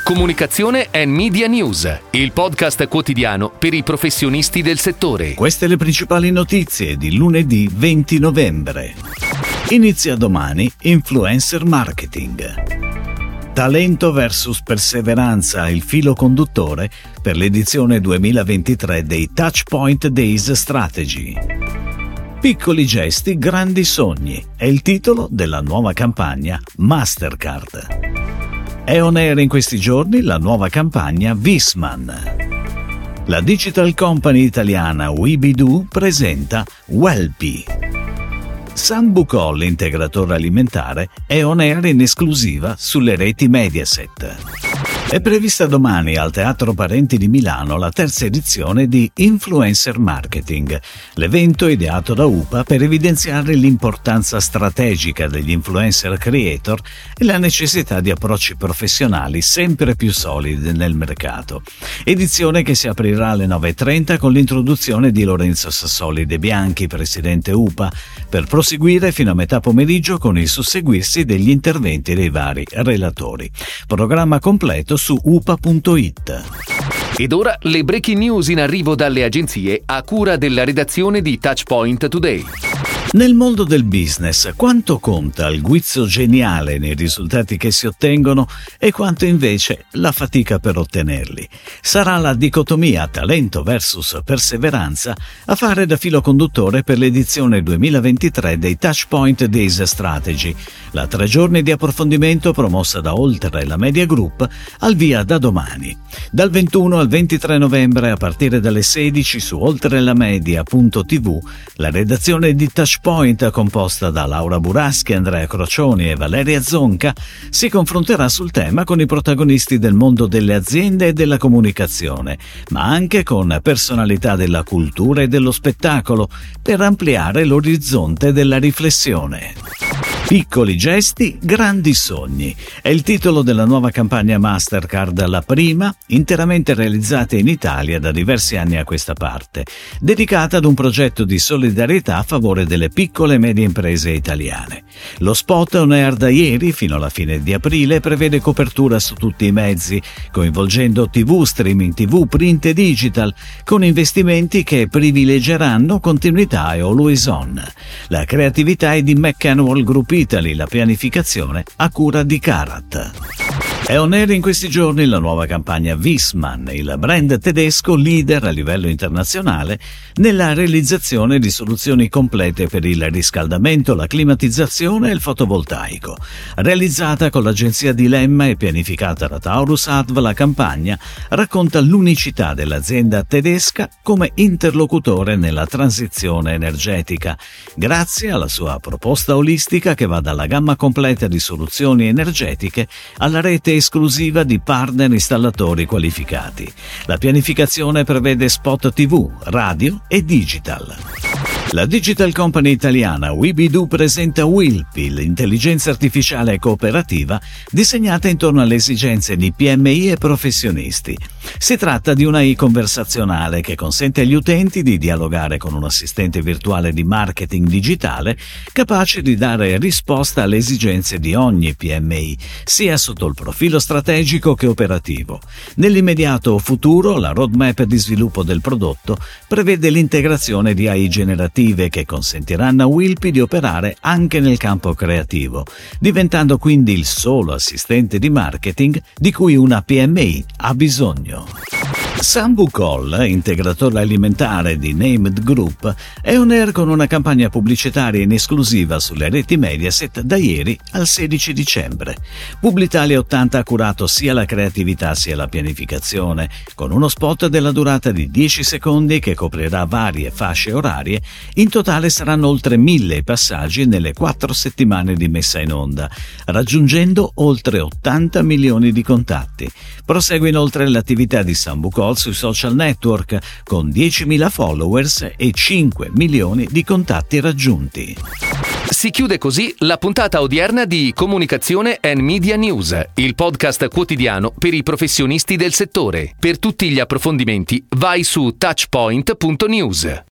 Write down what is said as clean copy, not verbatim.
Comunicazione and Media News, il podcast quotidiano per i professionisti del settore. Queste le principali notizie di lunedì 20 novembre. Inizia domani Influencer Marketing. Talento versus perseveranza, il filo conduttore per l'edizione 2023 dei Touchpoint Days Strategy. Piccoli gesti, grandi sogni è il titolo della nuova campagna Mastercard. È on air in questi giorni la nuova campagna Viessmann. La digital company italiana Weebidoo presenta Welpy. Sambucol, integratore alimentare, è on air in esclusiva sulle reti Mediaset. È prevista domani al Teatro Parenti di Milano la terza edizione di Influencer Marketing, l'evento ideato da UPA per evidenziare l'importanza strategica degli influencer creator e la necessità di approcci professionali sempre più solidi nel mercato. Edizione che si aprirà alle 9:30 con l'introduzione di Lorenzo Sassoli De Bianchi, presidente UPA, per proseguire fino a metà pomeriggio con il susseguirsi degli interventi dei vari relatori. Programma completo su upa.it. Ed ora le breaking news in arrivo dalle agenzie a cura della redazione di Touchpoint Today. Nel mondo del business, quanto conta il guizzo geniale nei risultati che si ottengono e quanto invece la fatica per ottenerli? Sarà la dicotomia talento versus perseveranza a fare da filo conduttore per l'edizione 2023 dei Touchpoint Days Strategy, la 3 giorni di approfondimento promossa da Oltre la Media Group, al via da domani. Dal 21 al 23 novembre a partire dalle 16 su oltrelamedia.tv, la redazione di Touchpoint, composta da Laura Buraschi, Andrea Crocioni e Valeria Zonca, si confronterà sul tema con i protagonisti del mondo delle aziende e della comunicazione, ma anche con personalità della cultura e dello spettacolo, per ampliare l'orizzonte della riflessione. Piccoli gesti, grandi sogni è il titolo della nuova campagna Mastercard, la prima interamente realizzata in Italia da diversi anni a questa parte, dedicata ad un progetto di solidarietà a favore delle piccole e medie imprese italiane. Lo spot on air da ieri fino alla fine di aprile prevede copertura su tutti i mezzi, coinvolgendo TV, streaming TV, print e digital, con investimenti che privilegeranno continuità e always on. La creatività è di McAnwell Group Italy, la pianificazione a cura di Carat. È on air in questi giorni la nuova campagna Viessmann, il brand tedesco leader a livello internazionale nella realizzazione di soluzioni complete per il riscaldamento, la climatizzazione e il fotovoltaico. Realizzata con l'agenzia Dilemma e pianificata da Taurus Adv, la campagna racconta l'unicità dell'azienda tedesca come interlocutore nella transizione energetica, grazie alla sua proposta olistica che va dalla gamma completa di soluzioni energetiche alla rete esclusiva di partner installatori qualificati. La pianificazione prevede spot TV, radio e digital. La digital company italiana Weebidoo presenta Welpy, l'intelligenza artificiale cooperativa disegnata intorno alle esigenze di PMI e professionisti. Si tratta di una AI conversazionale che consente agli utenti di dialogare con un assistente virtuale di marketing digitale capace di dare risposta alle esigenze di ogni PMI, sia sotto il profilo strategico che operativo. Nell'immediato futuro, la roadmap di sviluppo del prodotto prevede l'integrazione di AI generative che consentiranno a Welpy di operare anche nel campo creativo, diventando quindi il solo assistente di marketing di cui una PMI ha bisogno. Sambucol, integratore alimentare di Named Group, è on air con una campagna pubblicitaria in esclusiva sulle reti Mediaset da ieri al 16 dicembre. Publitalia 80 ha curato sia la creatività sia la pianificazione, con uno spot della durata di 10 secondi che coprirà varie fasce orarie. In totale saranno oltre 1000 passaggi nelle 4 settimane di messa in onda, raggiungendo oltre 80 milioni di contatti. Prosegue inoltre l'attività di Sambucol sui social network con 10.000 followers e 5 milioni di contatti raggiunti. Si chiude così la puntata odierna di Comunicazione and Media News, il podcast quotidiano per i professionisti del settore. Per tutti gli approfondimenti vai su touchpoint.news.